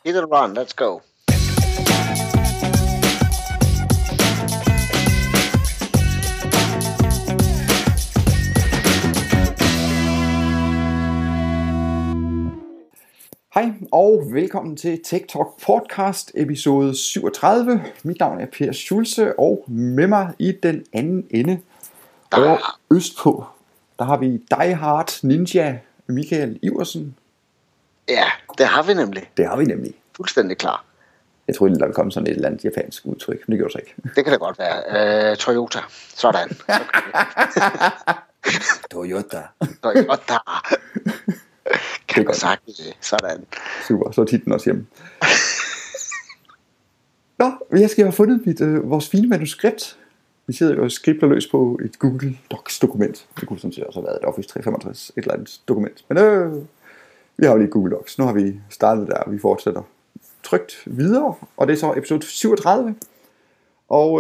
Hit and run, let's go. Hej og velkommen til Tech Talk Podcast episode 37. Mit navn er Per Schulze, og med mig i den anden ende over østpå, der har vi Die Hard Ninja Michael Iversen. Ja, det har vi nemlig. Fuldstændig klar. Jeg troede, der ville komme sådan et eller andet japansk udtryk, men det gjorde så ikke. Det kan da godt være. Toyota. Sådan. Toyota. Kan man sagt det? Sådan. Super, så er titlen også hjemme. Nå, jeg skal have fundet vores fine manuskript. Vi sidder jo og skribler løs på et Google Docs dokument. Det kunne sådan set også have været et Office 365, et eller andet dokument. Men vi har jo lige Google Docs. Nu har vi startet der, og vi fortsætter trygt videre. Og det er så episode 37. Og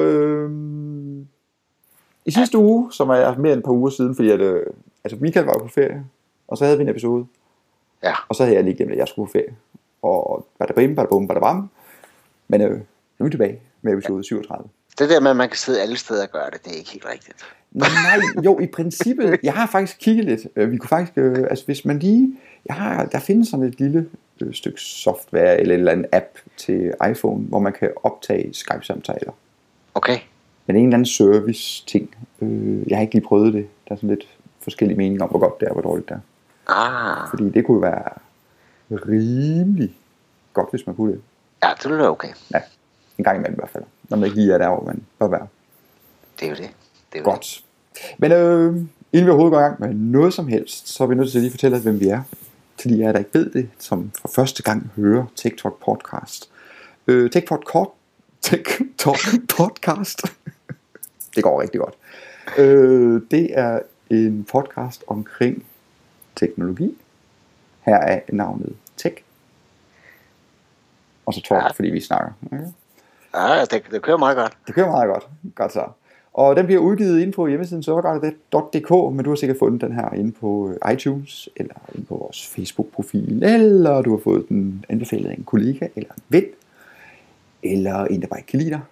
i sidste uge, som er mere end et par uger siden, fordi at Michael var på ferie, og så havde vi en episode. Ja. Og så havde jeg lige glemt, at jeg skulle på ferie. Og badabam. Men nu er vi tilbage med episode 37. Det der med, at man kan sidde alle steder og gøre det, det er ikke helt rigtigt. Nej, jo, i princippet. Jeg har faktisk kigget lidt. Vi kunne faktisk, altså hvis man lige... der findes sådan et lille stykke software eller en eller anden app til iPhone, hvor man kan optage Skype-samtaler. Okay. Men en eller anden service-ting. Jeg har ikke lige prøvet det. Der er sådan lidt forskellige meninger om, hvor godt det er, hvor dårligt det er. Fordi det kunne være rimelig godt, hvis man kunne det. Ja, det ville være okay. Ja, en gang imellem i hvert fald. Når man ikke lige er der, hvor man bør være. Det er jo det. Godt. Men inden vi overhovedet går i gang med noget som helst, så er vi nødt til at lige fortælle, hvem vi er. Til de jer, der ikke ved det, som for første gang hører Tech Talk Podcast. Tech Talk Podcast. Det går rigtig godt. Det er en podcast omkring teknologi. Her er navnet Tech. Og så Talk, fordi vi snakker. Okay. Ja, det kører meget godt. Det kører meget godt. Godt så. Og den bliver udgivet inde på hjemmesiden serverguide.dk, men du har sikkert fundet den her inde på iTunes, eller inde på vores Facebook-profil, eller du har fået den anbefalet af en kollega, eller en ven, eller en, der bare ikke kan lide dig.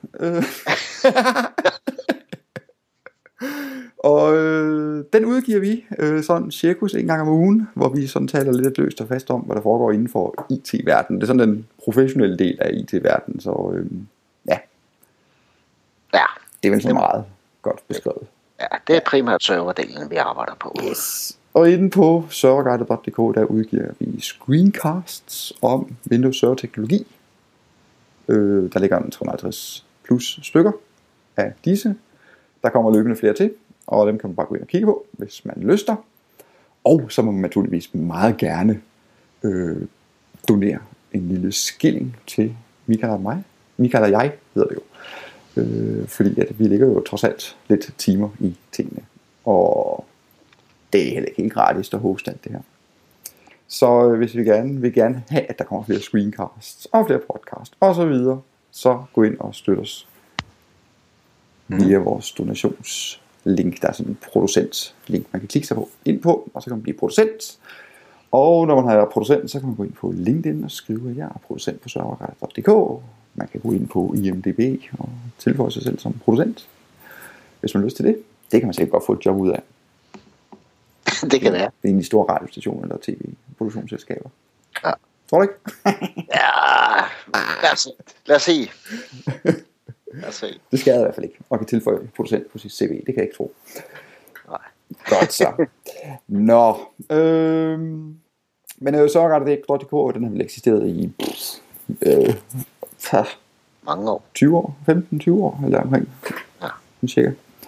Og den udgiver vi sådan cirkus en gang om ugen, hvor vi sådan taler lidt løst og fast om, hvad der foregår inden for IT-verdenen. Det er sådan den professionelle del af IT-verdenen, så ja. Ja. Det er vel så meget godt beskrevet. Ja, det er primært serverdelen, vi arbejder på. Yes. Og inde på serverguide.dk, der udgiver vi screencasts om Windows Server teknologi. Der ligger en 350 plus stykker af disse. Der kommer løbende flere til, og dem kan man bare gå ind og kigge på, hvis man lyster. Og så må man naturligvis meget gerne donere en lille skilling til Michael og mig. Michael og jeg hedder det jo. Fordi at vi ligger jo trods alt lidt timer i tingene. Og det er heller ikke helt gratis at hoste alt det her. Så hvis vi vil gerne have, at der kommer flere screencasts og flere podcasts og så videre, så gå ind og støt os via vores donationslink. Der er sådan en producentlink, man kan klikke sig på ind på, og så kan man blive producent. Og når man har producent, så kan man gå ind på LinkedIn og skrive, at jeg er producent på serverguide.dk. Man kan gå ind på IMDb og tilføje sig selv som producent, hvis man har lyst til det. Det kan man sikkert godt få et job ud af. Det kan være. Det er en de store radiostationer eller tv-produktionsselskaber. Ja. Tror du ikke? Ja, lad os se. Det skal jeg i hvert fald ikke. Og kan tilføje producent på sit CV. Det kan jeg ikke tro. Nej. Godt så. Nå. Men så er det .dk, den har vel eksisteret i mange år. 20 år, 15-20 år eller omkring. Ja. Cirka.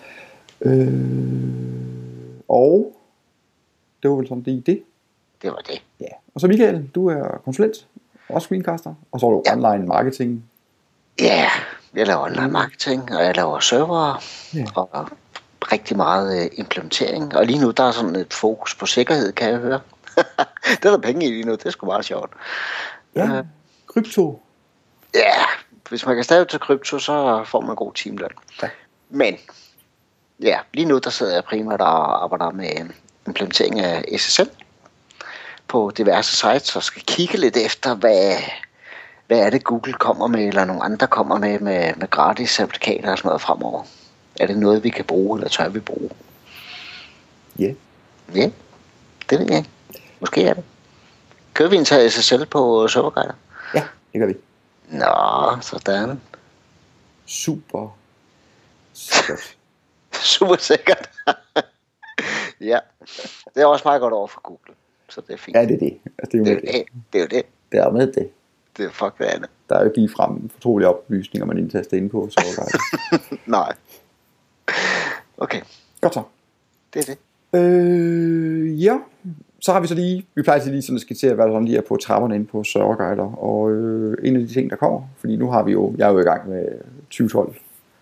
Og det var vel sådan det. Det var det. Ja. Og så Michael, du er konsulent, også screencaster, og så er du online marketing. Ja, jeg laver online marketing, og jeg laver server, og rigtig meget implementering. Og lige nu, der er sådan et fokus på sikkerhed, kan jeg høre. Det er der penge i lige nu, det er sgu meget sjovt. Ja, krypto. Ja, hvis man kan stave til krypto, så får man god timeløn. Ja. Men, ja, lige nu, der sidder jeg primært og arbejder med implementering af SSL på diverse sites, og skal kigge lidt efter, hvad er det Google kommer med, eller nogle andre kommer med gratis certifikater og sådan noget fremover? Er det noget, vi kan bruge, eller tør vi bruge? Ja. Ja, det ved jeg ikke. Måske er det. Kører vi en SSL på serverguider? Ja, det gør vi. Nå, sådan. Super sikkert. Super sikkert. Ja, det er også meget godt over for Google, så det er fint. Ja, det er det. Altså, det er jo det. Det er med det. Det er fuck det andet. Der er jo ikke ligefrem fortrolige oplysninger, man indtaster inde på serverguider. Nej. Okay. Godt så. Det er det. Ja, så har vi så lige, vi plejer til lige sådan at skitsere, hvad der sådan lige er på trapperne inde på serverguider, og en af de ting, der kommer, fordi nu har vi jo, jeg er jo i gang med 2012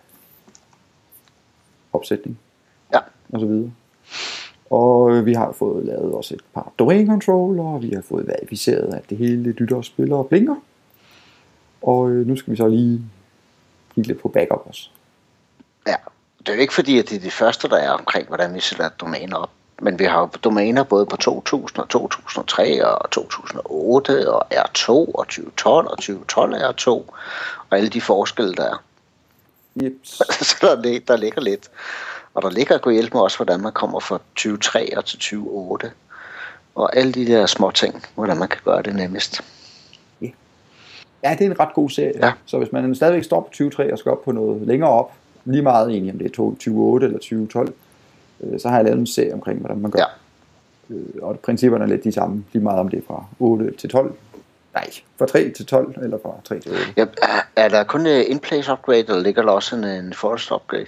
opsætning, ja, og så videre. Og vi har fået lavet også et par domain controller, og vi har fået verificeret, at det hele dytter og spiller og blinker. Og nu skal vi så lige kigge lidt på backup også. Ja, det er jo ikke fordi, at det er de første, der er omkring, hvordan vi sætter domæner op. Men vi har jo domæner både på 2000 og 2003 og 2008 og R2 og 2012 og 2012 R2 og alle de forskelle, der er. Yep. Så der ligger lidt. Og der ligger at kunne hjælpe mig også, hvordan man kommer fra 2003 og til 2008. Og alle de der små ting, hvordan man kan gøre det nemmest. Ja, det er en ret god serie. Ja. Så hvis man stadigvæk står på 2003 og skal op på noget længere op, lige meget egentlig om det er 2008 eller 2012, så har jeg lavet en serie omkring, hvordan man gør. Ja. Og principperne er lidt de samme, lige meget om det er fra 8 til 12. Nej, fra 3 til 12, eller fra 3 til 8. Ja, er der kun in-place upgrade, eller ligger der også en forest upgrade?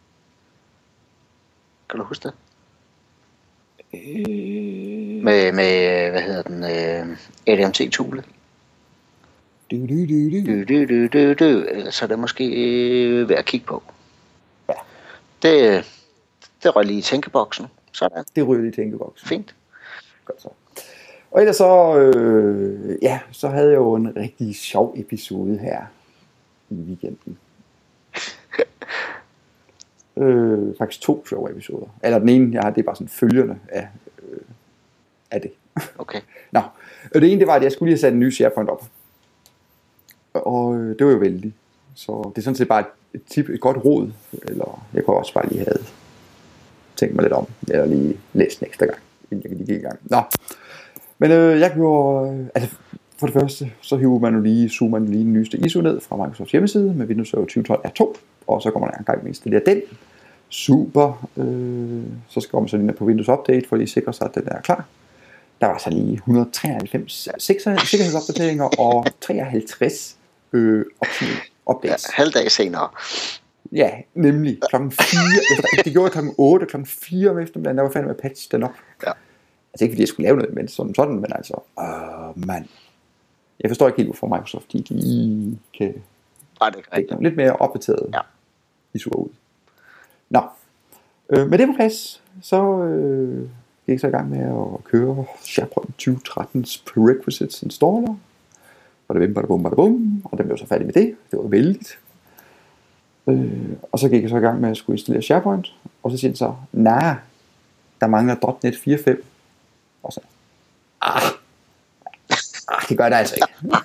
Kan du huske det? Med hvad hedder den, ADMT-tule? Så er det måske værd at kigge på. Ja. Det røg lige i tænkeboksen. Sådan. Det ryger lige i tænkeboksen. Fint. Godt så. Og ellers så, så havde jeg jo en rigtig sjov episode her i weekenden. Faktisk 2 sjove episoder. Eller den ene, jeg har, det er bare sådan følgerne af det. Okay. Nå, og det ene, det var, at jeg skulle lige have sat en ny SharePoint op. Og det var jo vældig. Så det er sådan set bare et tip, et godt råd. Eller jeg kunne også bare lige have tænkt mig lidt om. Eller lige læst den ekstra gang, inden jeg kan lige give i gang. Nå, men jeg gjorde, altså for det første, så zoomer man lige den nyeste ISO ned fra Microsofts hjemmeside med Windows Server 2012 R2. Og så kommer der en gang med at installere den. Super. Så skal man så lige ned på Windows Update, for lige at sikre sig, at den er klar. Der var så lige 193 sikkerhedsopdateringer og 53 updates. Ja, halvdag senere. Ja, nemlig klokken 4. Det gjorde klokken 8, klokken 4 om eftermiddagen, der var fandme med at patche den op. Ja. Altså ikke fordi jeg skulle lave noget, men sådan, men altså, mand. Jeg forstår ikke helt, hvorfor Microsoft de kan lægge lidt mere opdateret ISO'er ud. Nå, med det på plads, så gik jeg så i gang med at køre SharePoint 2013's Prerequisites Installer. Og det bum, og den blev så færdig med det. Det var vældigt. Og så gik jeg så i gang med at skulle installere SharePoint. Og så siger den så, der mangler .NET 4.5. Og så, det gør det altså ikke.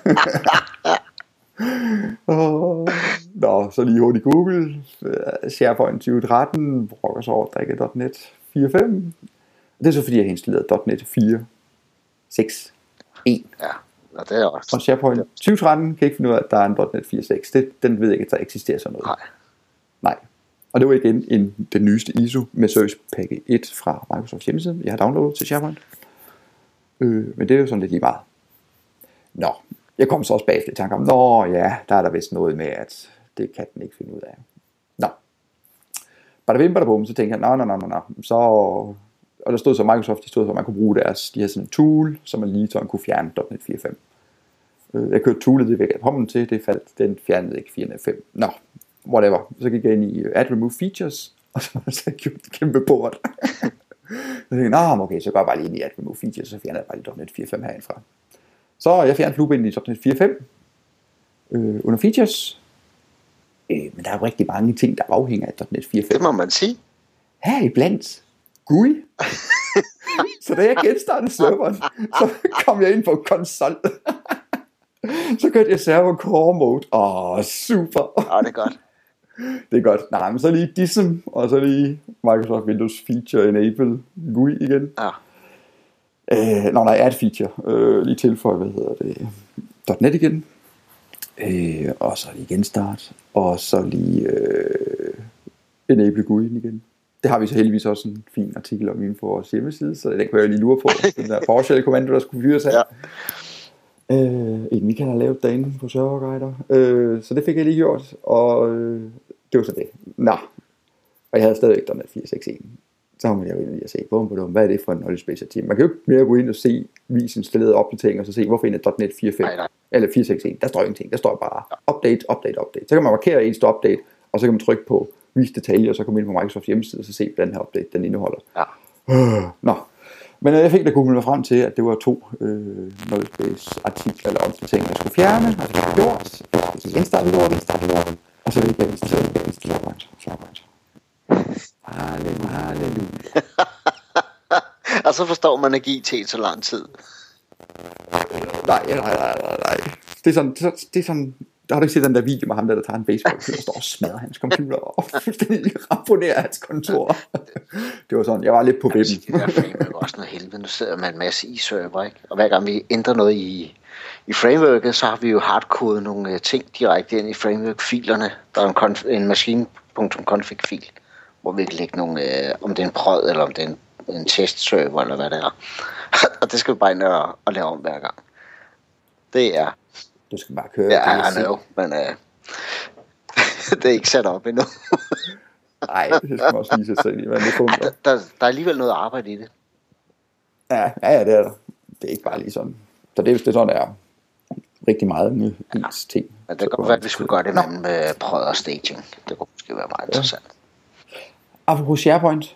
Nå, så lige hurtigt Google. SharePoint 2013 brokker sig over at drikke .NET 4.5. Det er så fordi jeg har installeret .NET 4.6.1. Ja, og det er også. Og SharePoint 2013 kan ikke finde ud af, at der er en .NET 4.6. Den ved ikke, at der eksisterer sådan noget. Nej. Og det var igen den nyeste ISO med Service Pack 1 fra Microsofts hjemmeside. Jeg har downloadet til SharePoint. Men det er jo sådan lidt lige meget. Nå, jeg kom så også bagefter i tanke om, der er der vist noget med, at det kan den ikke finde ud af. Nå. Badabim, så tænkte jeg, nå. Så, og der stod så Microsoft, at man kunne bruge de her sådan en tool, så man lige så man kunne fjerne .NET 4.5. Jeg kørte toolet, det væk af hånden til, den fjernede ikke 4.5. Nå, whatever. Så gik jeg ind i Add Remove Features, og så gjorde det kæmpe bord. Så tænkte jeg, okay, så går jeg bare lige ind i Add Remove Features, så fjerner jeg bare lige .NET 4.5 herindfra. Så jeg fjernede loopet ind i .NET 4.5 under Features. Men der er jo rigtig mange ting, der afhænger af .NET 4.5. Det må man sige. Her iblandt GUI. Så da jeg genstartede serveren, så kom jeg ind på konsol. Så kørte jeg server core mode. Super. Ja, det er godt. Det er godt. Nej, men så lige DISM, og så lige Microsoft Windows Feature Enable GUI igen. Ja. Add feature. Lige tilføje, .NET igen. Og så lige genstart. Og så lige Enable GUI igen. Det har vi så heldigvis også en fin artikel om inde på vores hjemmeside, så den kunne jeg lige lure på. Den der PowerShell-kommando, der skulle fyres af. Ja. En vi kan have lavet derinde på serverguider. Så det fik jeg lige gjort, og det var så det. Og jeg havde stadigvæk .NET 4.6.1. Så har man jo ind og se, hvad er det for en knowledge base team. Man kan jo ikke mere gå ind og se, vise installerede opdateringer, og så se, hvorfor en af .NET 4.5 eller 4.6.1. Der står ingenting, der står bare update. Så kan man markere eneste update, og så kan man trykke på vis detaljer, og så komme ind på Microsoft hjemmeside, og så se, hvad den her update den indeholder. Ja. Men jeg fik da googlet mig frem til, at det var 2 knowledge base artikler eller opdateringer, jeg skulle fjerne, og så fik gjort, så genstarte lorten, og så vil jeg installere SharePoint. Halleluja. Og så forstår man ikke IT så lang tid. Nej. Det er sådan, der har du ikke set den der video med ham, der tager en baseball, og står og smadrer hans computer, og fuldstændig ramponerer hans kontor. Det var sådan, jeg var lidt på vippen. Det der framework er også noget helvede. Nu sidder man en masse i server, ikke? Og hver gang vi ændrer noget i frameworket, så har vi jo hardkodet nogle ting direkte ind i framework-filerne. Der er en machine.config-fil, hvor vi kan lægge nogle, om det er en prod, eller om det er en test-server, eller hvad det er. Og det skal vi bare ind og lave om hver gang. Det er... Du skal bare køre. Ja, jeg know, men det er ikke sat op endnu. Nej, det skal man også lige sætte sig ind i, men det fungerer. Der er alligevel noget arbejde i det. Ja, det er der. Det er ikke bare lige sådan. Så det er sådan, der er rigtig meget med ens ting. Men det kan godt være, at vi skulle gøre det med prøv og staging. Det kunne måske være meget interessant. Apropos SharePoint.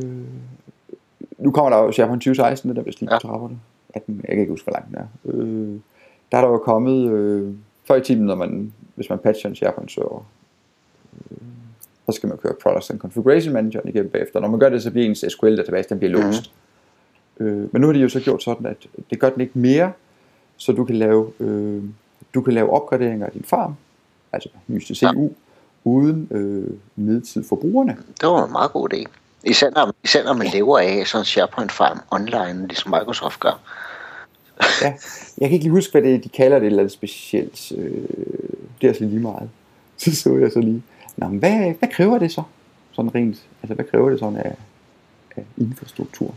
Nu kommer der jo SharePoint 2016, der vist lige på trapperne. Jeg kan ikke huske, hvor langt den er. Der er der jo kommet før i timen, hvis man patcher en SharePoint server, så skal man køre Products and Configuration Manager igennem bagefter. Når man gør det, så bliver ens SQL database, den bliver låst. Men nu har de jo så gjort sådan, at det gør den ikke mere, så du kan lave opgraderinger af din farm, altså nyeste CU, uden nedtid for brugerne. Det var en meget god idé. Især når man lever af sådan en SharePoint farm online, ligesom Microsoft gør. Ja, jeg kan ikke lige huske, hvad de kalder det, eller specielt. Det er så lige meget. Så jeg så lige. Men hvad kræver det så? Sådan rent, altså hvad kræver det sådan af infrastruktur?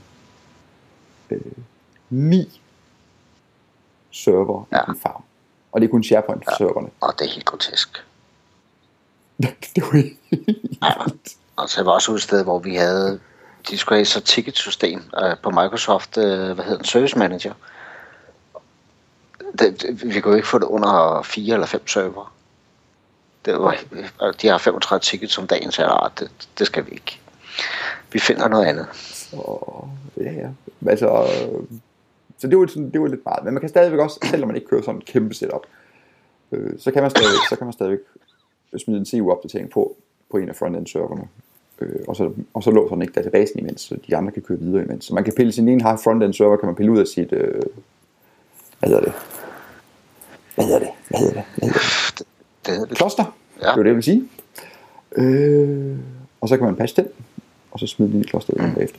9 server i en farm. Og det er kun SharePoint-serverne. Og det er helt grotesk. Det var helt... Og så var også et sted, hvor vi havde, de skulle have så ticketsystem på Microsoft, Service Manager. Vi kunne ikke få det under 4 eller 5 server. De har 35 tickets om dagen, så det skal vi ikke. Vi finder noget andet. Ja. Altså, så det var lidt meget. Men man kan stadigvæk også, selvom man ikke kører sådan en kæmpe setup, så kan man stadigvæk smide en CU-opdatering på en af frontend-serverne. Og så låser den ikke databasen imens, så de andre kan køre videre imens. Så man kan pille sin ene frontend-server, kan man pille ud af sit... Hvad hedder det? Kloster. Ja. Det er det, jeg vil sige. Og så kan man patche den, og så smide den i klosteret igen bagefter.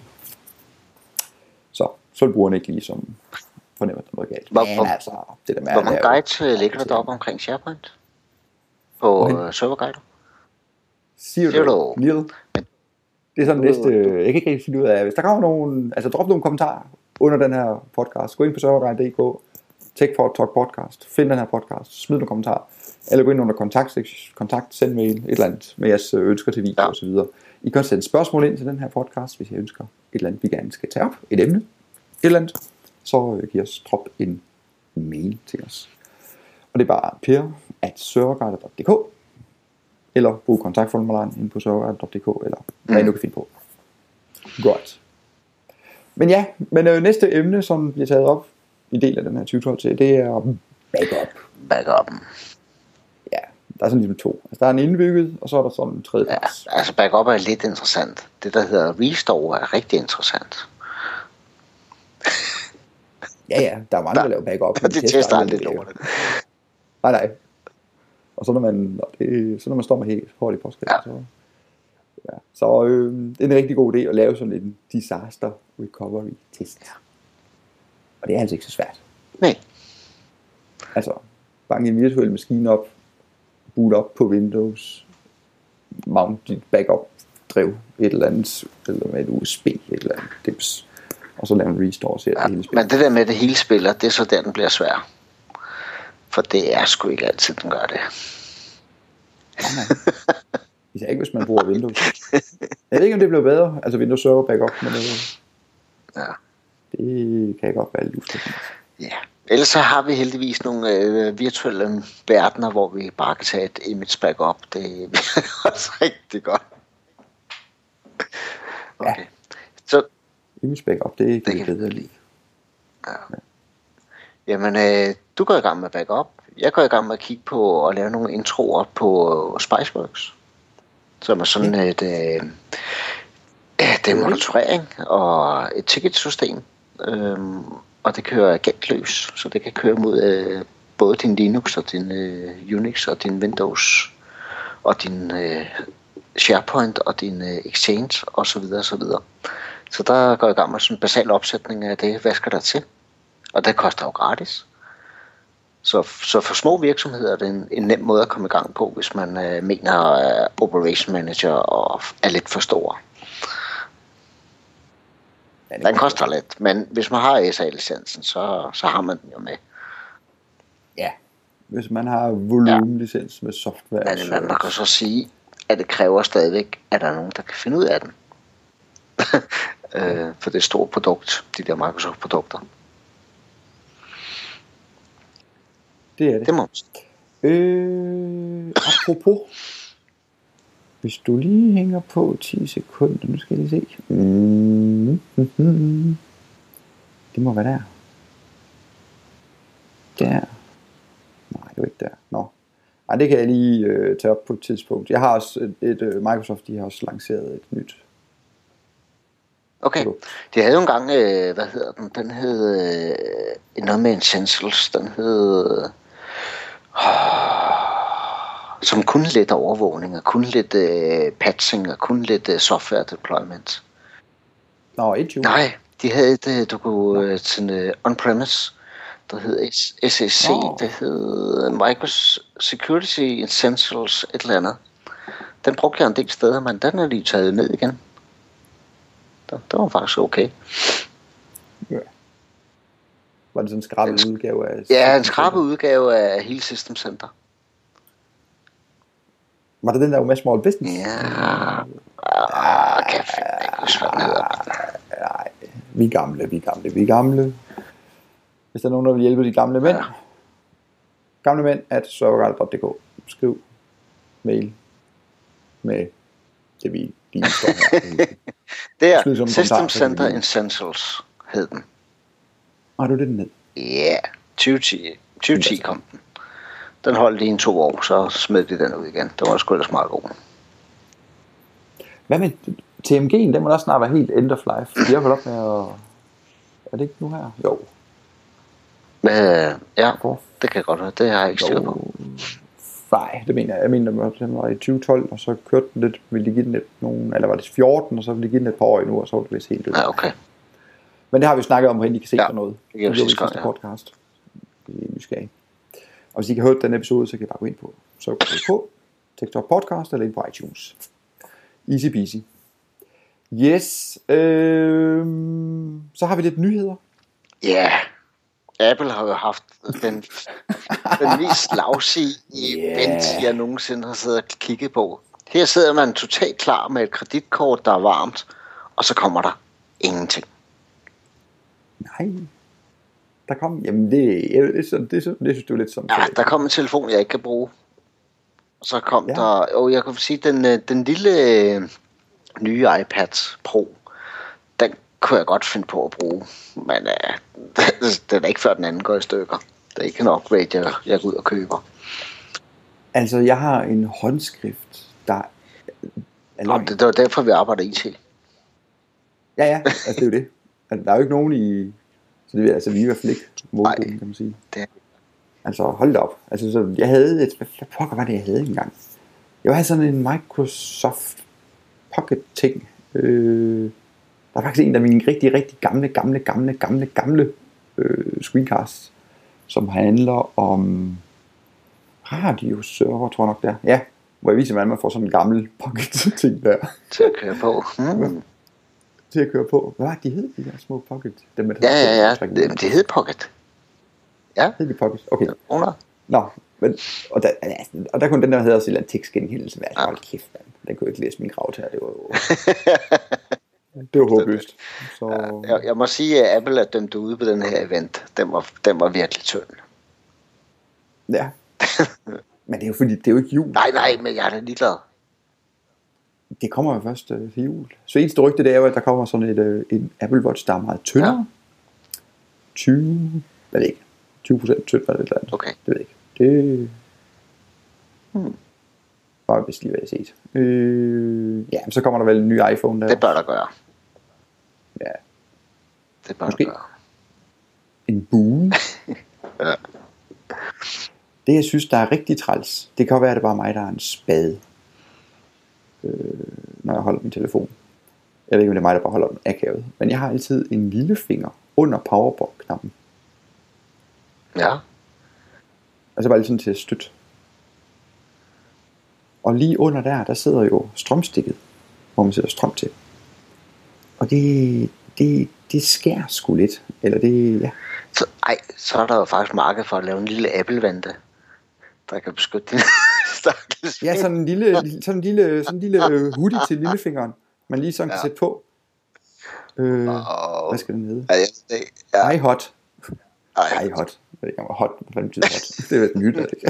Så brugerne ikke lige som fornemmer, at der er noget galt. Hvor mange guides ligger der deroppe omkring SharePoint? På serverguider? Zero. Det er sådan næste, jeg kan ikke rigtig finde ud af, hvis der kommer nogen, altså drop nogle kommentarer under den her podcast, gå ind på serverguide.dk, Tech for Talk podcast, find den her podcast, smid nogle kommentarer, eller gå ind under kontakt, send mail, et eller andet med jeres ønsker til video og så videre. I kan sende spørgsmål ind til den her podcast, hvis I ønsker et eller andet, vi gerne skal tage op, et emne, et eller andet, så giv os drop en mail til os. Og det er bare per@serverguide.dk, eller brug kontaktformularen inde på serverguide.dk, eller hvad I nu kan finde på. Godt. Men næste emne, som bliver taget op i del af den her 2012 til, det er backup. Ja, der er sådan ligesom 2. Altså der er en indbygget, og så er der sådan en tredje plads. Ja, altså backup er lidt interessant. Det der hedder restore er rigtig interessant. Ja, der er mange, der laver backup. Det tester aldrig lortet. Nej. Og så når man står med helt hårdt i postkassen, så det er en rigtig god idé at lave sådan en disaster recovery test. Ja. Og det er altså ikke så svært. Nej. Altså, banke en virtuel maskine op, boot op på Windows, mount dit backup drev et eller andet, eller med et USB, et eller andet dims, og så lave en restore, så det hele spiller. Men det der med det hele spiller, det er så der, den bliver svær. For det er sgu ikke altid, den gør det. Nej. Især ikke, hvis man bruger Windows. Jeg ved ikke, om det bliver bedre, altså Windows Server backup, men det kan godt være lidt ustabilt. Ja. Ellers så har vi heldigvis nogle virtuelle verdener, hvor vi bare kan tage et image backup. Det er også rigtig godt. Okay. Ja. Så image backup, det kan vi bedre lide. Ja. Jamen, du går i gang med backup. Jeg går i gang med at kigge på at lave nogle introer på Spiceworks, som er sådan et monitorering og et ticketsystem. Og det kører gældløs, så det kan køre mod både din Linux og din Unix og din Windows og din SharePoint og din Exchange og så videre og så videre. Så der går jeg i gang med sådan en basal opsætning af det, hvad skal der til? Og det koster jo gratis. Så for små virksomheder er det en nem måde at komme i gang på, hvis man mener Operation Manager og er lidt for stor. Den koster lidt, men hvis man har SA-licensen, så har man den jo med. Ja, hvis man har volumenlicens med software. Men man kan så sige, at det kræver stadigvæk, at der er nogen, der kan finde ud af den. For det er et stort produkt, de der Microsoft-produkter. Det er det. Det må apropos, hvis du lige hænger på 10 sekunder, nu skal jeg lige se. Det må være der. Der. Nej, det er ikke der. Nå. Nej, det kan jeg lige tage op på et tidspunkt. Jeg har også Microsoft, de har også lanceret et nyt. Okay. De havde jo engang, hvad hedder den? Den hed noget med Essentials. Den hed som kun lidt overvågning og kun lidt patching og kun lidt software deployment. Nå, Edge. Nej, de havde et, du kunne til on-premise, der hed SEC, det hed Microsoft Security Essentials, et eller andet. Den brugte jeg en del steder, men den er lige taget ned igen. Det var faktisk okay. Ja. Var det sådan en skrabet udgave af... Ja, en skrabet udgave af hele System Center. Var det den der med Small Business? Ja. Kan jeg ikke huske, hvad den hedder. Nej, vi er gamle. Hvis der er nogen, der vil hjælpe de gamle mænd. Ja. Gamle mænd at serverguide.dk. Skriv mail med det vi lige står her. Det er System Center Essentials hed den. Har du det ned? Ja, 2010 kom den. Den holdt lige 2 år, så smed de den ud igen. Det var sgu ellers meget god. Hvad med TMG'en? Den må også snart være helt end of life. De har vel op med at... Er det ikke nu her? Jo. Ja, det kan godt være. Det har jeg ikke styr på. Nej, det mener jeg. Jeg mener, den var i 2012, og så kørte den lidt, ville de give den lidt nogle, eller var det 14, og så ville de give den et par år endnu, og så var det vist helt død. Ja, okay. Men det har vi jo snakket om, hvor I kan se for noget. Det kan vi sidste podcast. Det er nysgerrig. Og hvis I kan høre den episode, så kan I bare gå ind på. Så gå på TikTok Podcast, eller ind på iTunes. Easy peasy. Yes. Så har vi lidt nyheder. Ja. Yeah. Apple har jo haft den mest lavsige event, jeg nogensinde har siddet og kigget på. Her sidder man totalt klar med et kreditkort, der er varmt, og så kommer der ingenting. Nej. Der kom, jamen det synes du er lidt som... Ja, der kom en telefon, jeg ikke kan bruge. Og så kom der, jeg kan sige, den lille nye iPad Pro, den kunne jeg godt finde på at bruge, men den er ikke før den anden går i stykker. Det er ikke en upgrade, jeg går ud og køber. Altså, jeg har en håndskrift, der er lang. Det var derfor, vi arbejder IT. Ja, altså det er jo det. Altså, der er jo ikke nogen i... Så det, altså, vi er i hvert fald ikke målgruppen, kan man sige. Altså hold da op. Altså så jeg havde hvad pokker var det jeg havde engang? Jeg havde sådan en Microsoft Pocket ting. Der er faktisk en af mine rigtig gamle screencasts, som handler om radioserver, tror jeg nok der. Ja, hvor jeg viser, hvordan man får sådan en gammel Pocket ting der. Til at køre på. Til at køre på. Hvad var det, de hed, de der små Pocket? Dem, Ja. Det hed Pocket. Ja. Det hed Pocket, okay. Under. Nå, men, og der kunne den der hedder også en tekstgenkendelse være. Hold kæft, man. Den kunne ikke læse min krav her. Det var jo... det var håbløst. Så... Ja, jeg må sige, at Apple er dømt ude på den her event. Den var virkelig tynd. Ja. Men det er jo fordi, det er jo ikke jul. Nej, men jeg er da ligeglad. Det kommer jo først til jul. Så eneste rygte, det er jo, at der kommer sådan en Apple Watch, der er meget tyndere. Ja. 20%, hvad det ikke. 20% tynd, eller et eller andet. Okay. Det ved jeg ikke. Det bare vist lige, hvad jeg har set. Ja, så kommer der vel en ny iPhone der. Det bør der gøre. Ja. Det bør der gøre. En bue. Ja. Det jeg synes der er rigtig træls, det kan være at det bare mig der er en spade, når jeg holder min telefon. Jeg ved ikke om det er mig der bare holder den akavet, men jeg har altid en lille finger under powerbox-knappen. Ja. Altså bare lige sådan til at støtte. Og lige under der sidder jo strømstikket, hvor man sætter strøm til. Og det skærer sgu lidt. Eller det, ja. Så er der jo faktisk marked for at lave en lille Apple-vante, der kan beskytte din stakkels. Ja, sådan en lille hoodie til lillefingeren, man lige sådan kan sætte på. Hvad skal den hedde? Ja. iHot. iHot. Jeg ved ikke om hot, hvad det betyder hot. Det er et nyt, ikke?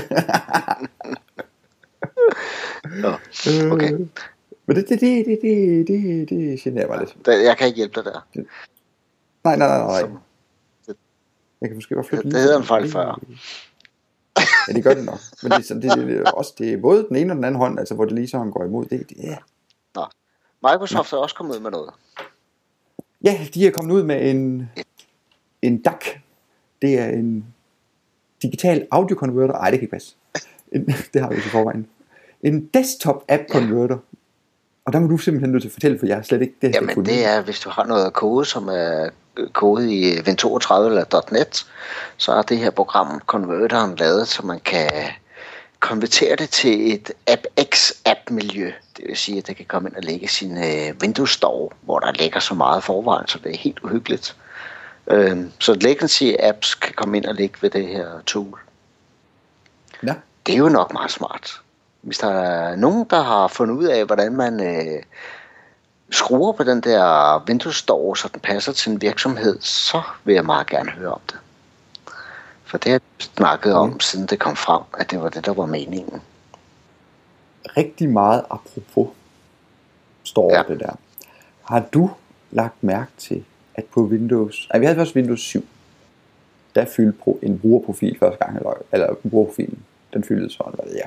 Okay. Men det generer mig lidt. Jeg kan ikke hjælpe dig der. Nej. Jeg kan måske bare flytte det hedder en fejl før. Ja, det gør det nok. Men det er både den ene og den anden hånd, altså hvor det lige sådan går imod. Ja. Nå. Microsoft er også kommet ud med noget. Ja, de er kommet ud med en DAC. Det er en digital audio converter. Ej, det kan ikke passe. Det har vi i forvejen. En desktop app converter. Og der må du simpelthen nødt til at fortælle, for jeg har slet ikke det. Jamen det er, hvis du har noget kode, som er kode i Win32 eller .NET, så er det her program converteren lavet, så man kan konvertere det til et AppX-app-miljø. Det vil sige, at det kan komme ind og lægge sin Windows Store, hvor der ligger så meget forvejen, så det er helt uhyggeligt. Så legacy-apps kan komme ind og ligge ved det her tool. Ja. Det er jo nok meget smart. Hvis der er nogen, der har fundet ud af, hvordan man skruer på den der Windows Store, så den passer til en virksomhed, så vil jeg meget gerne høre om det. For det har jeg snakket om, siden det kom frem, at det var det, der var meningen. Rigtig meget apropos Store det der. Har du lagt mærke til, at på Windows... vi havde først Windows 7. Der fyldte en brugerprofil første gang, eller brugerprofilen, den fyldte sådan, hvad ved jeg.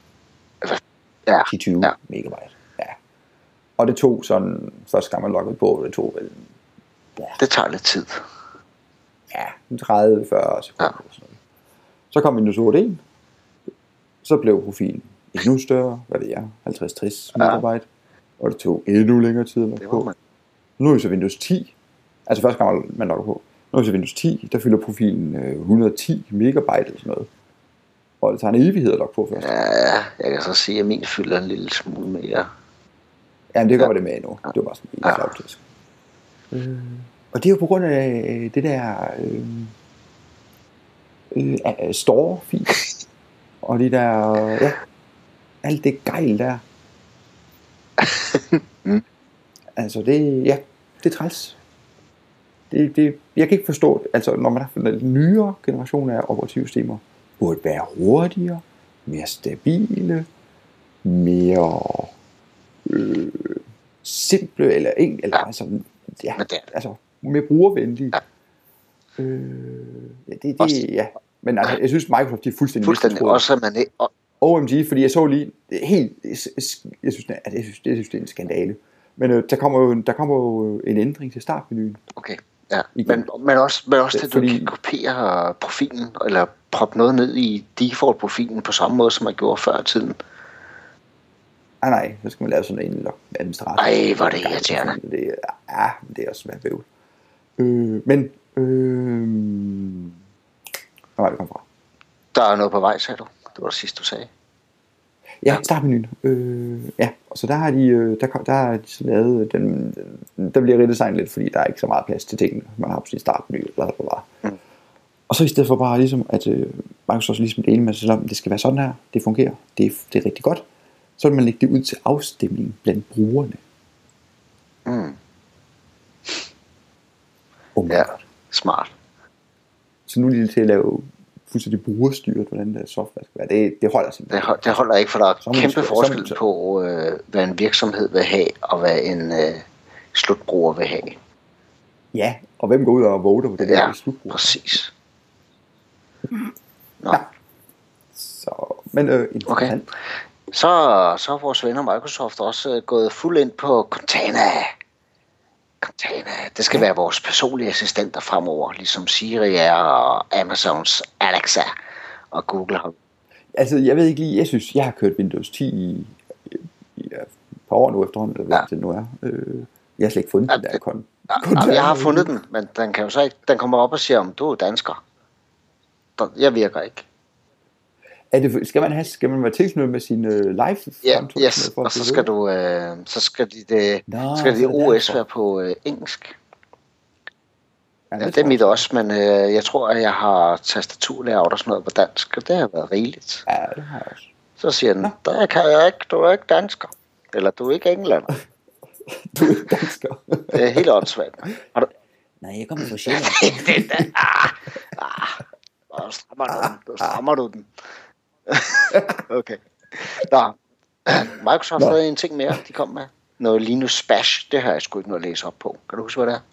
10-20 megabyte. Ja. Og det tog sådan, første gang man loggede på, det tog vel... Ja. Det tager lidt tid. Ja, 30-40 sekunder. Ja. Så kom Windows 8.1. Så blev profilen endnu større, hvad ved jeg, 50-60 megabyte. Og det tog endnu længere tid at logge på. Nu er vi så Windows 10. Altså første gang man logger på. Nu er vi så Windows 10, der fylder profilen 110 megabyte eller sådan noget. Og det tager en evighed at logge på først. Ja, jeg kan så sige, at min fylder en lille smule mere. Ja, det går det med nu. Det var bare sådan helt flautisk. Og det er jo på grund af det der store-fil. Og de der, alt det gejl der. Altså det er træls. Jeg kan ikke forstå det. Altså når man har fundet nyere generationer af operativsystemer, burde være hurtigere, mere stabile, mere simple eller enkelt, eller altså mere brugervenlige. Ja. Men altså, jeg synes Microsoft de er fuldstændig også man ikke. OMG, fordi jeg så lige helt, jeg synes det er en skandale. Men der kommer jo en ændring til startmenuen. Okay. Ja, men også det, du kan kopiere profilen, eller proppe noget ned i default-profilen på samme måde, som man gjorde før i tiden. Nej, så skal man lave sådan en administrator. Ej, hvor det irriterende. Det er også svært bøvl. Men, hvor var det kom fra? Der er noget på vej, sagde du. Det var det sidste, du sagde. Ja, startmenuen. Ja, og så der har de, der har de så lavet, der bliver redesignet lidt, fordi der er ikke så meget plads til tingene. Man har på sin startmenu, bla bla bla. Og så i stedet for bare ligesom, at Microsoft ligesom det ene med sig selv om, det skal være sådan her, det fungerer, det er rigtig godt, så vil man lægge det ud til afstemning blandt brugerne. Ja, smart. Så nu er de til at lave fuldstændig brugerstyret, hvordan det software skal være. Det holder simpelthen. Det holder ikke, for der er kæmpe forskel på, hvad en virksomhed vil have, og hvad en slutbruger vil have. Ja, og hvem går ud og voter på det der slutbruger? Præcis. Nå. Ja. Så, men okay. Så er vores venner Microsoft også gået fuld ind på Cortana. Det skal være vores personlige assistenter fremover, ligesom Siri er, og Amazons Alexa og Google har. Altså, jeg ved ikke lige, jeg har kørt Windows 10 i et par år nu efterhånden, eller hvad det nu er. Jeg har slet ikke fundet den der jeg har fundet den, men den kan jo så ikke, den kommer op og siger, om du er dansker. Jeg virker ikke. Skal man være tilknyttet med sin live konto? Yes, og så skal du skal dit OS være på engelsk. Ja, det er mit også, men jeg tror, at jeg har tastaturlayout og sådan noget på dansk, og det har været rigeligt. Ja, det har jeg også. Så siger den, der kan jeg ikke, du er ikke dansker, eller du er ikke englænder. Du er ikke dansker. Det er helt åndssvagt. Nej, jeg kommer fra Sjælland. Så strammer du den. Okay. Nå, Microsoft havde en ting mere, de kom med. Noget Linux Bash, det har jeg sgu ikke noget at læse op på. Kan du huske, hvad det er?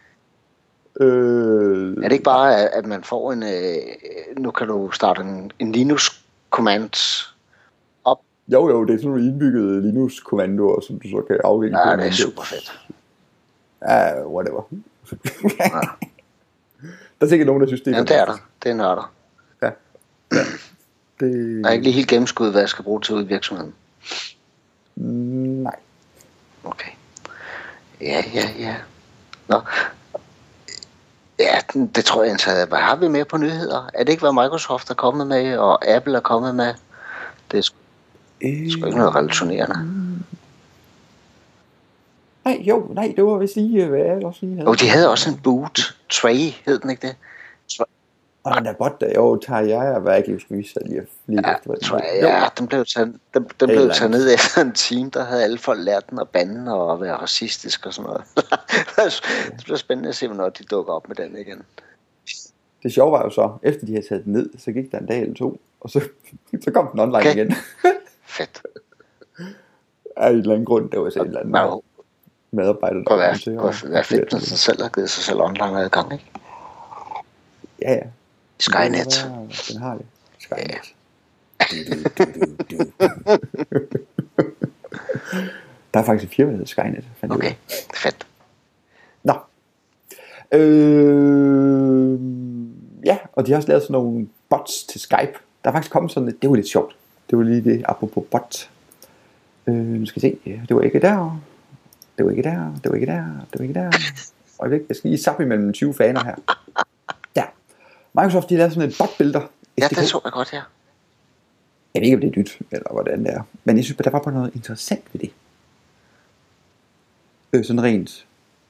Er det ikke bare, at man får en... nu kan du starte en Linux-command op? Jo, det er sådan nogle indbyggede Linux-kommandoer, som du så kan afvikle. Ja, det er super fedt. Ja, whatever. Der er sikkert nogen, der synes, det er... Jamen, det er der. Det er nørder. Ja. Jeg er ikke lige helt gennemskuddet, hvad jeg skal bruge til ud i virksomheden. Nej. Okay. Ja. Nå. Ja, det tror jeg ikke. Hvad har vi mere på nyheder? Er det ikke, hvad Microsoft er kommet med, og Apple er kommet med? Det er sgu ikke noget relationerende. Nej, det var vist lige, hvad jeg også lige havde. Og de havde også en boot. Tray, hed den ikke det? Og den der bot der, tager jeg og hvad jeg kan vise lige efter. Ja, den blev taget ned efter en team, der havde alle folk lært den at bande og være racistisk og sådan noget. Det bliver spændende at se, hvornår de dukker op med den igen. Det sjove var jo så, efter de havde taget den ned, så gik der en dag eller to, og så kom den online igen. Fedt. Af en eller anden grund, der var så en eller anden medarbejder, der kom til. Det er fedt, at den selv har givet sig selv online adgang, ikke? Ja. Skynet. Den har det. Skynet. Der er faktisk et firma, der hedder Skynet. Okay, fedt. Nå. Ja, og de har også lavet sådan nogle bots til Skype. Der er faktisk kommet sådan lidt, det var lidt sjovt. Det var lige det, apropos bot. Nu skal vi se, det var ikke der. Og jeg skal lige zappe imellem 20 faner her. Ja. Microsoft, de lavede sådan et bot-builder. Ja, det så jeg godt, ja. Jeg ved ikke, om det er nyt, eller hvordan det er. Men jeg synes, der var bare noget interessant ved det. Sådan rent...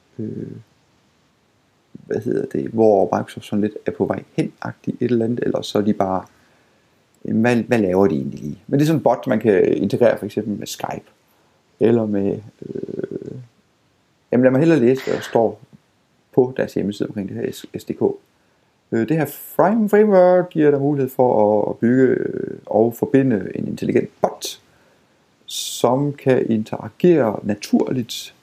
hvor Microsoft sådan lidt er på vej hen-agtigt et eller andet, eller så er de bare... Hvad laver de egentlig lige? Men det er sådan en bot, man kan integrere for eksempel med Skype. Eller med... Jamen lad mig hellere læse, hvad der står på deres hjemmeside omkring det her SDK. Det her framework giver dig mulighed for at bygge og forbinde en intelligent bot, som kan interagere naturligt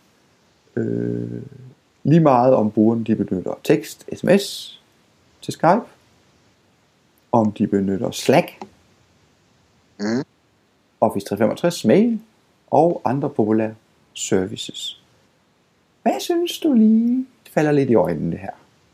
lige meget om brugeren de benytter tekst, sms til Skype, om de benytter Slack, Office 365 mail og andre populære services. Hvad synes du lige falder lidt i øjnene det her.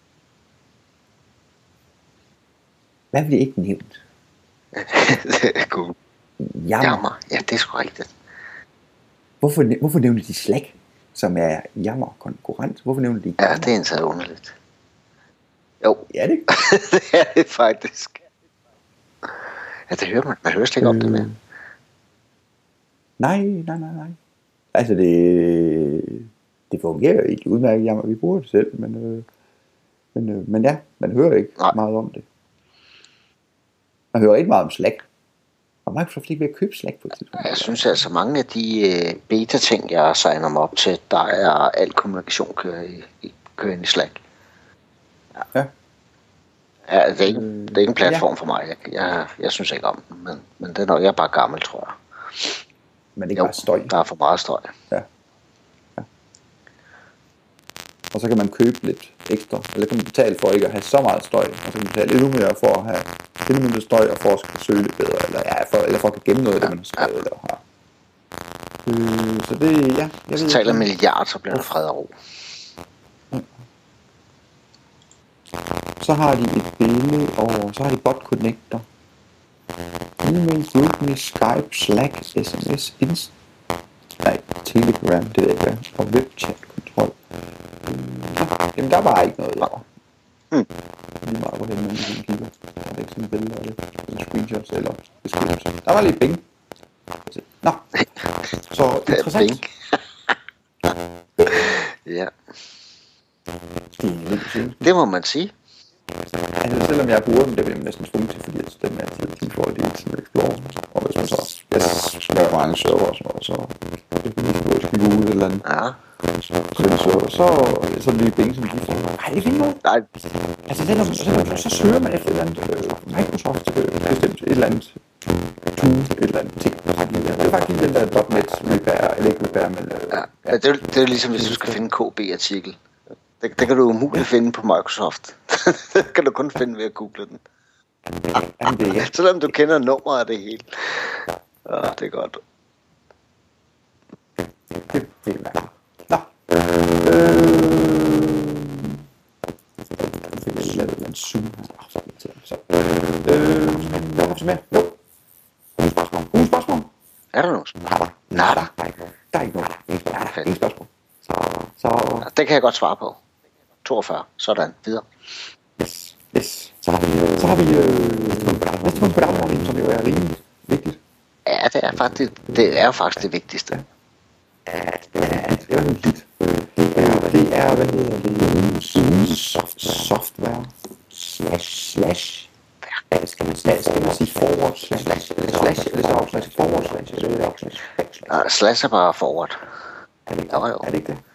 Hvad vil det ikke nævnt? Det er cool. Jammer. Ja, det er sgu rigtigt. Hvorfor nævner de Slack, som er Jammer konkurrent? Hvorfor nævner de Jammer? Ja, det er en så underligt. Jo. Ja, det det er det faktisk. Ja, det hører man. Man hører slet ikke om det mere. Nej. Altså, det fungerer ikke udmærket Jammer. Vi bruger det selv, men ja, man hører ikke meget om det. Man hører ikke meget om Slack. Og Microsoft ikke ved at købe Slack på et tidspunkt. Jeg synes altså, mange af de beta-ting, jeg signer mig op til, der er al kommunikation kører ind i Slack. Ja, det er ikke en platform for mig. Jeg synes ikke om den, men det er nok, jeg er bare gammel, tror jeg. Men det er bare støj. Der er for meget støj. Ja. Og så kan man købe lidt ekstra, eller kan man betale for ikke at have så meget støj, og så kan man betale endnu mere for at have endnu mindre støj, og for at skal søge lidt bedre, eller for at gemme noget af det, man har skrevet, eller har. Så det, ja. Hvis du taler milliard, så bliver der fred og ro. Så har de et billede, og så har de bot connector. E-mail, GroupMe, Skype, Slack, SMS, Telegram, det ved jeg ikke, og webchat kontrol. Jamen der var ikke noget der. Lige meget hvor man kigger. Der er ikke sådan et billede af det. Eller screenshots eller beskrivelser. Der var lidt penge. Nå. Så interessant. Ja. Det må man sige. Altså selvom jeg bruger dem, det bliver jeg næsten tvunget til, fordi at den er til forhold til Internet Explorer. Og hvis man så smører mange server og sådan noget, så det kan gå ud et eller andet. Ja. Så er det penge, som de får. Nej, det er fint noget. Nej. Altså, så søger man efter et eller andet Microsoft bestemt et eller andet tool, et eller andet ting. Det er faktisk den der .NET repair, eller ikke repair, men... Ja, det er ligesom, hvis du skal finde en KB-artikel. Det kan du umuligt finde på Microsoft. Det kan du kun finde ved at google den. Selvom du kender nummeret af det hele. Ja, det er godt. Det er mærkeligt. Nå. Jeg lavede en zoom her. Hvad har vi mere? Jo. Ugens spørgsmål. Er der nogen spørgsmål? Nej, der er ikke noget. Ingen spørgsmål. Så... Det kan jeg godt svare på. 42. Sådan. Videre. Yes. Så har vi næste punkt på dagsordenen, som jo er rimelig vigtigt. Ja, det er jo faktisk det vigtigste. Ja, det er jo lidt. Det er, hvad hedder det? Software slash. Skal man sige forward slash forward slash er bare forward. Er det ikke det?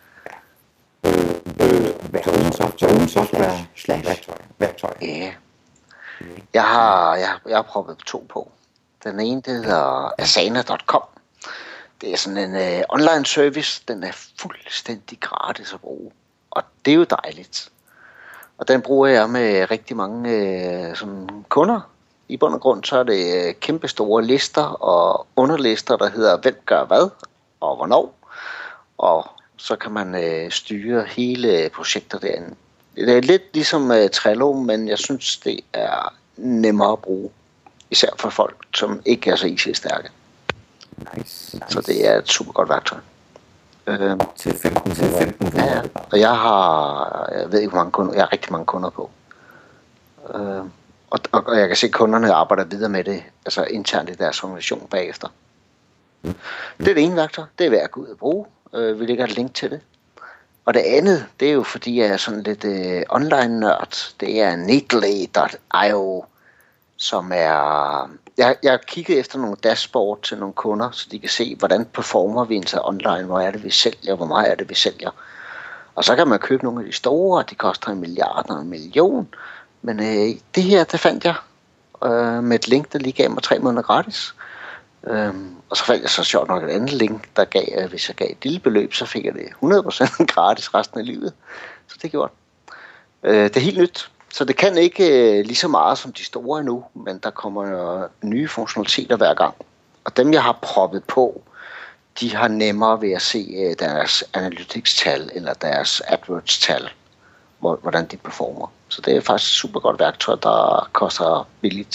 Software slash værktøj. Ja. Jeg har proppet 2 på. Den ene, det hedder asana.com. Det er sådan en online service. Den er fuldstændig gratis at bruge. Og det er jo dejligt. Og den bruger jeg med rigtig mange sådan kunder. I bund og grund så er det kæmpe store lister og underlister, der hedder hvem gør hvad og hvornår. Og så kan man styre hele projektet derinde. Det er lidt ligesom Trello, men jeg synes, det er nemmere at bruge. Især for folk, som ikke er så IT-stærke. Nice. Så det er et super godt værktøj. Til 15. Ja, og jeg ved ikke hvor mange kunder, jeg har rigtig mange kunder på. Og jeg kan se, at kunderne arbejder videre med det, altså internt i deres organisation bagefter. Det er det ene værktøj, det er værd at gå ud og bruge. Vi lægger et link til det. Og det andet, det er jo fordi jeg er sådan lidt online-nørd. Det er neatly.io, som er... Jeg har kigget efter nogle dashboard til nogle kunder, så de kan se, hvordan performer vi indtil online, hvor er det, vi sælger, hvor meget er det, vi sælger. Og så kan man købe nogle af de store, de koster 1 milliard og 1 million. Men det her, det fandt jeg med et link, der lige gav mig 3 måneder gratis. Og så fandt jeg så sjovt nok et andet link, der gav, hvis jeg gav et lille beløb, så fik jeg det 100% gratis resten af livet. Så det gjorde det er helt nyt. Så det kan ikke lige så meget som de store endnu, men der kommer nye funktionaliteter hver gang. Og dem jeg har proppet på, de har nemmere ved at se deres analytics-tal eller deres AdWords-tal hvordan de performer. Så det er faktisk et super godt værktøj, der koster billigt.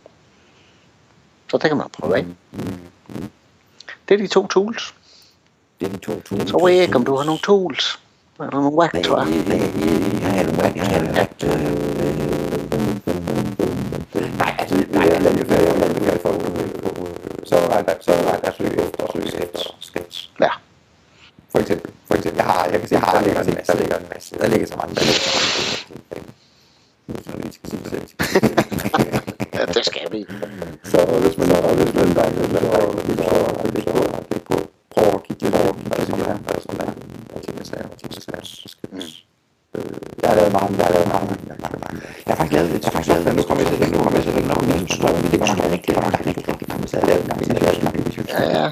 Så det kan man prøve af. Det er de 2 tools. Så ved jeg ikke, om du har nogle tools. Er der nogle værktøjer? Jeg har nogle værktøjer. Nej, altså, jeg lader folk så er der søge efter sketch. Ja. For eksempel, jeg kan se, der ligger en masse. Der ligger så mange. Ja, det skal vi. Så hvis man prøver at kigge lidt over, jeg har lavet mange. Jeg har faktisk lavet lidt, nu kommer jeg til det, det var nok rigtig gammelt, så jeg lavede mange. Ja.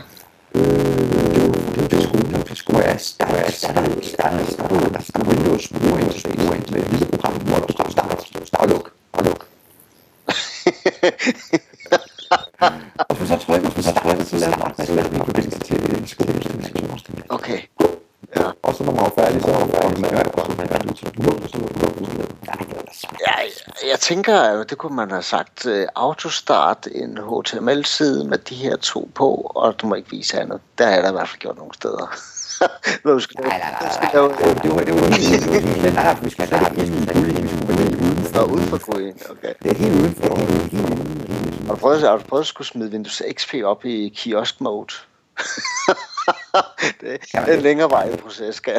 Det skulle jeg starte Windows bruger med et lille program, hvor du skal starte og luk. Og så trykker man starte, så laver man en forbindelse til en skole. Okay. Ja. Og så når man er færdig, så er man jeg tænker, at det kunne man have sagt, autostart en HTML-side med de her 2 på, og du må ikke vise andet. Der er der i hvert fald gjort nogle steder. Nej, vi skal uden for GUI'en, okay. Det er helt udenfor. Har du prøvet at skulle smide Windows XP op i kiosk-mode? Det er en længere vej i proces, skal jeg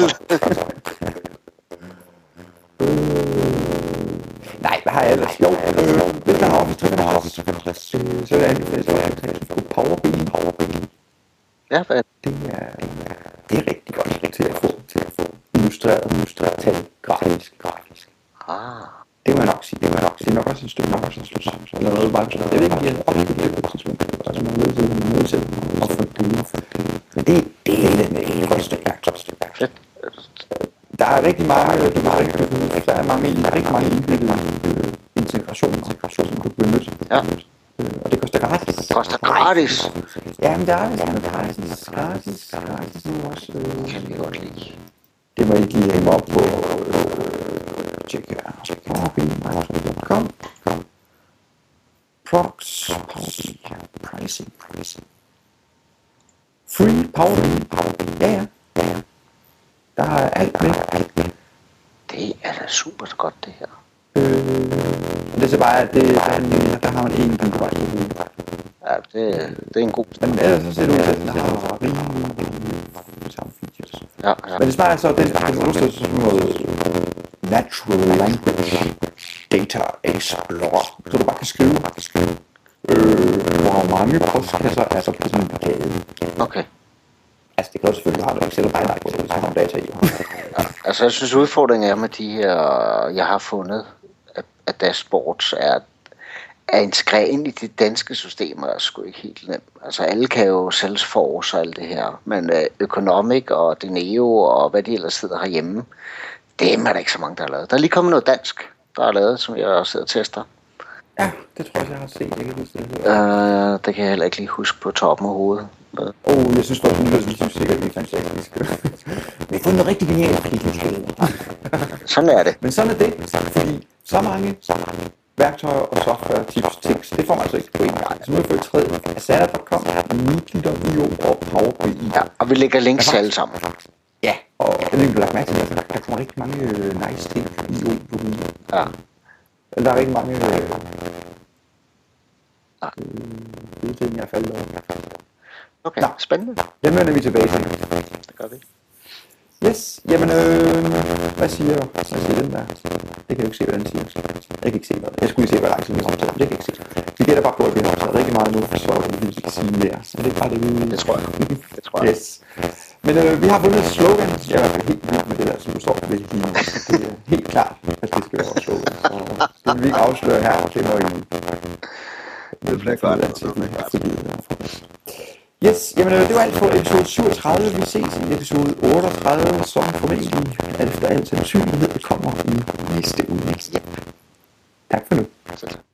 Nej, hvad har jeg ellers? Jo, hvis man har Office 365, så er det anbefales Power BI. Ja, hvad? Det er rigtig godt til at få illustreret tal grafisk. Det må jeg nok sige. Det er nok også et stykke sammen. Eller noget bare sådan. Jeg ved ikke, om jeg har oplevet det på tidspunkt. Altså, man er nødt til at få det. Men det er et godt stykke værktøj. Der er rigtig mange indbyggede integrationer, som du benytter. Ja. Og det koster gratis. Det koster gratis? Jamen, det er gratis. Det kan vi godt lide. Det må I ikke lige hænge op på. Tjek her. Kom. Prox. Pricing. Free Power. Ja. Der er alt med. Det er da super godt, det her. Det er så bare, at der har man en konkurrence. Ja, det er en god. Men ellers så ser du ud, at den har samme features. Ja. Men det smager så, den understøtter sådan noget Natural Language Data Explorer, så du bare kan skrive. Hvor mange postkasser er der på sådan en gade. Okay. Altså det kan også selvfølgelig, du har det Excel og Binary, hvor du har data i. Ja, altså jeg synes udfordringen er med de her, jeg har fundet af dashboards, er at integrere ind i de danske systemer er sgu ikke helt nemt. Altså alle kan jo Salesforce og alt det her, men Economic og Deneo og hvad de ellers sidder herhjemme, det er der ikke så mange, der har lavet. Der er lige kommet noget dansk, der er lavet, som jeg sidder og tester. Ja, det tror jeg har set. Jeg kan huske det. Det kan jeg heller ikke lige huske på toppen af hovedet. Jeg synes godt, at vi synes sikkert, at vi er fantastiske. Vi har fundet noget rigtig genialt. Sådan er det. Men sådan er det, fordi så mange værktøjer og software tips, det får man altså ikke på en gang. Så nu har vi fået 3 Asana.com, Meeting.io og Power BI. Ja, og vi lægger links til alle sammen. Ja, og jeg vil lagt mærke til, at der kommer rigtig mange nice ting i IO. Ja. Der er rigtig mange ting, jeg faldt over. Okay, spændende. Den vender vi tilbage til. Det gør vi. Yes, jamen hvad siger den der? Det kan jeg jo ikke se, hvad den siger. Jeg kan ikke se, hvad jeg skulle se, hvad lang tid vi har optaget. Det kan jeg ikke se. Vi gætter bare på, at vi har optaget rigtig meget nu, så vi skal sige mere. Så det er bare det, vi... Det tror jeg. Yes. Men vi har fundet et slogan. Jeg er i hvert fald helt vild med det der, som du står ved. Det er helt klart, at det skal være vores slogan. Så det vil vi ikke afsløre her. Det er nok en... Det bliver godt altid med. Yes, jamen det var alt for episode 37. Vi ses i episode 38, som formentlig efter al sandsynlighed kommer i næste uge. Tak for nu.